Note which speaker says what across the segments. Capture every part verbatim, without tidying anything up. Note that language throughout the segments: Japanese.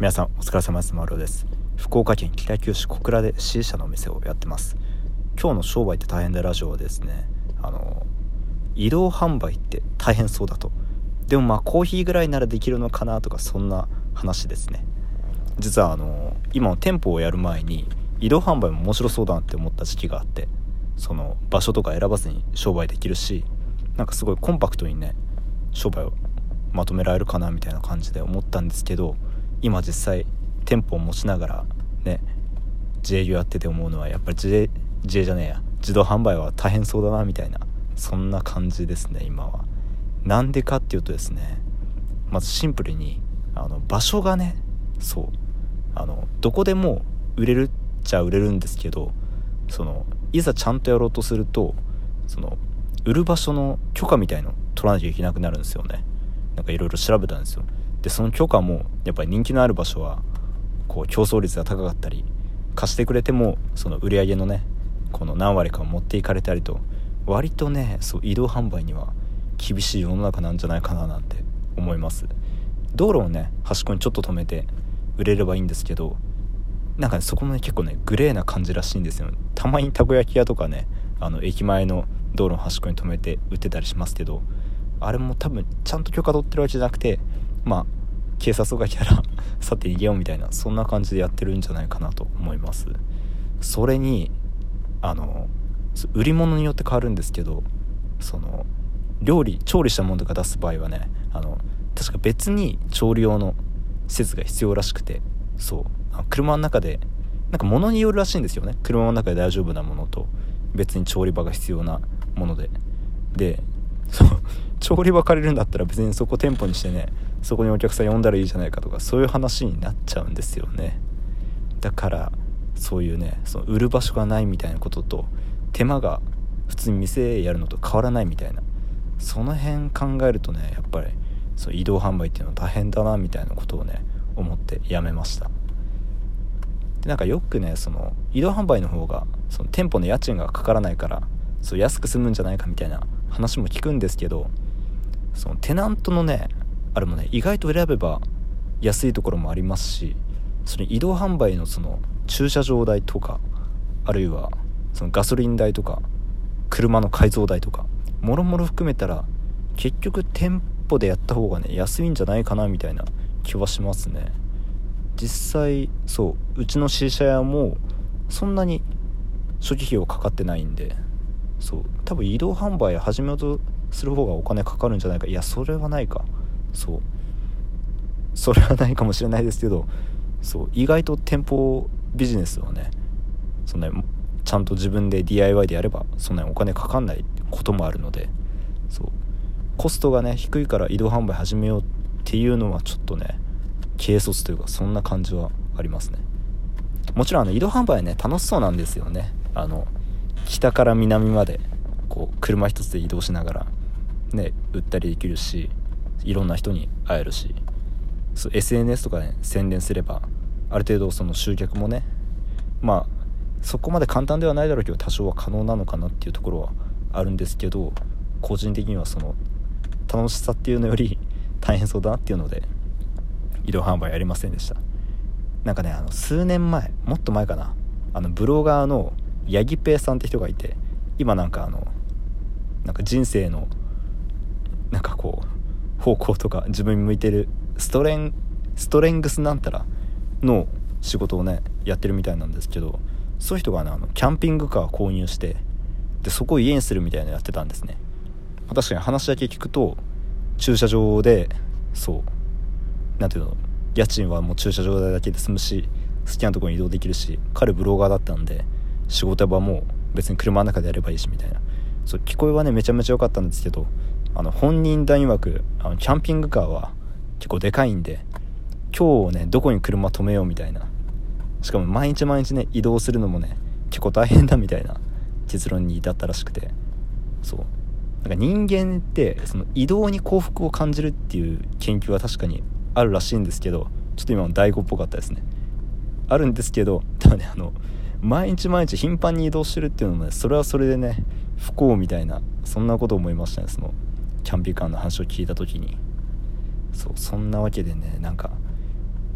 Speaker 1: 皆さんお疲れ様です。マルオです。福岡県北九州小倉で C 社のお店をやってます。今日の商売って大変だラジオはですね、あの移動販売って大変そうだと、でもまあコーヒーぐらいならできるのかなとか、そんな話ですね。実はあの今の店舗をやる前に移動販売も面白そうだなって思った時期があって、その場所とか選ばずに商売できるし、なんかすごいコンパクトにね商売をまとめられるかなみたいな感じで思ったんですけど、今実際店舗を持ちながらね自営業やってて思うのは、やっぱり自営自営じゃねえや自動販売は大変そうだなみたいな、そんな感じですね今は。なんでかっていうとですね、まずシンプルにあの場所がね、そうあのどこでも売れるっちゃ売れるんですけど、そのいざちゃんとやろうとすると、その売る場所の許可みたいの取らなきゃいけなくなるんですよね。なんかいろいろ調べたんですよ。でその許可もやっぱり人気のある場所はこう競争率が高かったり、貸してくれてもその売り上げのねこの何割かを持っていかれたりと、割とねそう移動販売には厳しい世の中なんじゃないかななんて思います。道路をね端っこにちょっと止めて売れればいいんですけど、なんか、ね、そこもね結構ねグレーな感じらしいんですよ。たまにたこ焼き屋とかねあの駅前の道路の端っこに止めて売ってたりしますけど、あれも多分ちゃんと許可取ってるわけじゃなくて、まあ警察が来たら去って逃げようみたいな、そんな感じでやってるんじゃないかなと思います。それにあの売り物によって変わるんですけど、その料理調理したものとか出す場合はね、あの確か別に調理用の施設が必要らしくて、そう車の中でなんか物によるらしいんですよね。車の中で大丈夫なものと別に調理場が必要なもので、でそう調理場借りるんだったら別にそこ店舗にしてね、そこにお客さん呼んだらいいじゃないかとか、そういう話になっちゃうんですよね。だからそういうねその売る場所がないみたいなことと、手間が普通に店やるのと変わらないみたいな、その辺考えるとねやっぱりそう移動販売っていうのは大変だなみたいなことをね思ってやめました。でなんかよくねその移動販売の方がその店舗の家賃がかからないからそう安く済むんじゃないかみたいな話も聞くんですけど、そのテナントのねあれもね意外と選べば安いところもありますし、その移動販売のその駐車場代とか、あるいはそのガソリン代とか車の改造代とかもろもろ含めたら結局店舗でやった方がね安いんじゃないかなみたいな気はしますね。実際そううちの C 社屋もそんなに初期費用かかってないんで、そう多分移動販売始めようとする方がお金かかるんじゃないか。いやそれはないか、そうそれはないかもしれないですけど、そう意外と店舗ビジネスはねそんなにちゃんと自分で ディーアイワイ でやればそんなにお金かかんないこともあるので、そうコストがね低いから移動販売始めようっていうのはちょっとね軽率というか、そんな感じはありますね。もちろんあの移動販売はね楽しそうなんですよね。あの北から南までこう車一つで移動しながらね売ったりできるし、いろんな人に会えるし、そう エスエヌエス とかね宣伝すればある程度その集客もね、まあそこまで簡単ではないだろうけど多少は可能なのかなっていうところはあるんですけど、個人的にはその楽しさっていうのより大変そうだなっていうので移動販売やりませんでした。なんかねあの数年前もっと前かな、あのブロガーのヤギペイさんって人がいて、今なんかあのなんか人生のなんかこう方向とか自分に向いてるストレンストレングスなんたらの仕事をねやってるみたいなんですけど、そういう人がねあのキャンピングカー購入して、でそこを家にするみたいなのやってたんですね。確かに話だけ聞くと駐車場でそうなんていうの家賃はもう駐車場代だけで済むし、好きなところに移動できるし、彼ブロガーだったんで仕事場も別に車の中でやればいいしみたいな、そう聞こえはねめちゃめちゃ良かったんですけど、あの本人談曰くあのキャンピングカーは結構でかいんで今日ねどこに車止めようみたいな、しかも毎日毎日ね移動するのもね結構大変だみたいな結論に至ったらしくて、そうなんか人間ってその移動に幸福を感じるっていう研究は確かにあるらしいんですけど、ちょっと今の大悟っぽかったですね。あるんですけど、ただねあの毎日毎日頻繁に移動してるっていうのもねそれはそれでね不幸みたいな、そんなことを思いましたね。そのキャンピングカーの話を聞いた時に、そうそんなわけでねなんか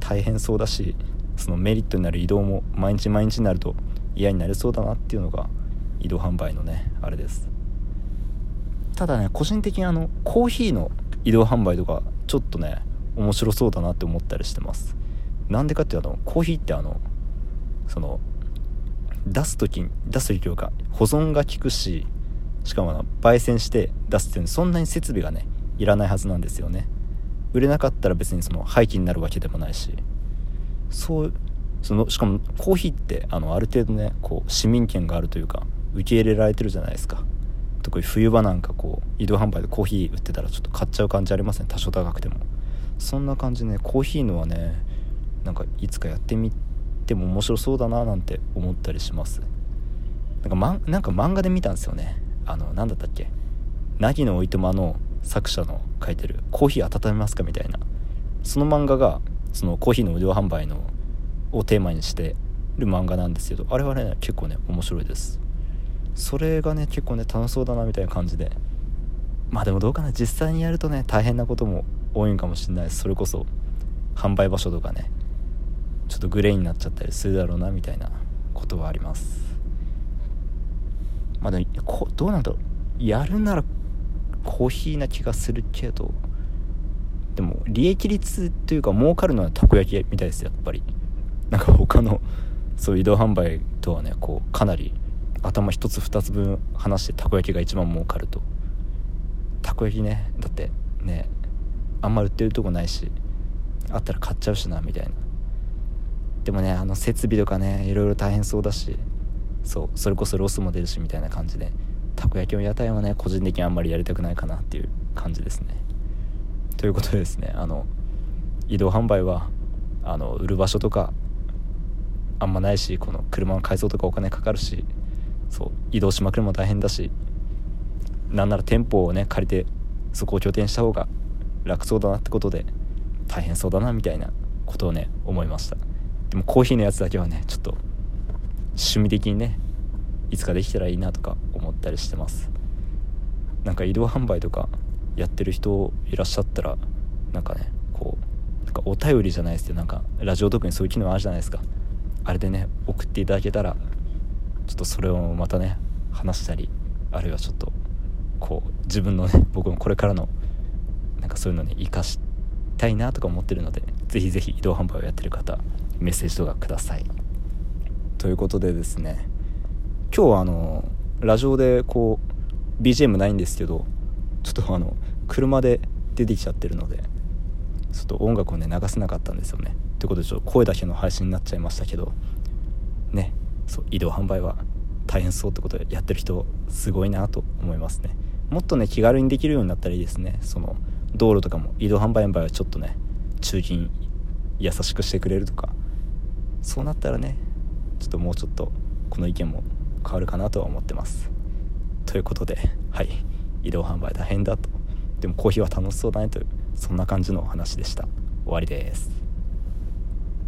Speaker 1: 大変そうだし、そのメリットになる移動も毎日毎日になると嫌になりそうだなっていうのが移動販売のねあれです。ただね個人的にあのコーヒーの移動販売とかちょっとね面白そうだなって思ったりしてます。なんでかっていうとあのコーヒーってあのその出す時に出す時というか保存が効くし、しかもあの焙煎して出すっていうのそんなに設備がねいらないはずなんですよね。売れなかったら別にその廃棄になるわけでもないし、そうそのしかもコーヒーってあのある程度ねこう市民権があるというか受け入れられてるじゃないですか。特に冬場なんかこう移動販売でコーヒー売ってたらちょっと買っちゃう感じありますね、多少高くても。そんな感じでねコーヒーのはねなんかいつかやってみても面白そうだななんて思ったりします。なんか、ま、なんか漫画で見たんですよね。あのなんだったっけ、凪のおいとまの作者の書いてるコーヒー温めますかみたいな、その漫画がそのコーヒーの移動販売のをテーマにしてる漫画なんですけど、あれはね結構ね面白いです。それがね結構ね楽しそうだなみたいな感じで、まあでもどうかな、実際にやるとね大変なことも多いんかもしれないです。それこそ販売場所とかねちょっとグレーになっちゃったりするだろうなみたいなことはあります。まあでもこどうなんだろう、やるならコーヒーな気がするけど、でも利益率というか儲かるのはたこ焼きみたいですよやっぱり。なんか他のそういう移動販売とはねこうかなり頭一つ二つ分離してたこ焼きが一番儲かると。たこ焼きねだってねあんま売ってるとこないし、あったら買っちゃうしなみたいな。でもねあの設備とかねいろいろ大変そうだし、そうそれこそロスも出るしみたいな感じで、たこ焼きの屋台はね個人的にあんまりやりたくないかなっていう感じですね。ということでですね、あの移動販売はあの売る場所とかあんまないし、この車の改装とかお金かかるし、そう移動しまくるのも大変だし、なんなら店舗をね借りてそこを拠点した方が楽そうだなってことで大変そうだなみたいなことをね思いました。でもコーヒーのやつだけはねちょっと趣味的にねいつかできたらいいなとか思ったりしてます。なんか移動販売とかやってる人いらっしゃったらなんかねこうなんかお便りじゃないですけど、なんかラジオ特にそういう機能あるじゃないですか。あれでね送っていただけたらちょっとそれをまたね話したり、あるいはちょっとこう自分のね僕もこれからのなんかそういうのに生かしたいなとか思ってるので、ぜひぜひ移動販売をやってる方メッセージとかください。ということでですね、今日はあのラジオでこう ビージーエム ないんですけど、ちょっとあの車で出てきちゃってるのでちょっと音楽をね流せなかったんですよね。ということでちょっと声だけの配信になっちゃいましたけどね、そう移動販売は大変そうってことでやってる人すごいなと思いますね。もっとね気軽にできるようになったらいいですね。その道路とかも移動販売の場合はちょっとね中金優しくしてくれるとか、そうなったらねちょっともうちょっとこの意見も変わるかなとは思ってます。ということではい移動販売大変だと、でもコーヒーは楽しそうだねというそんな感じのお話でした。終わりです。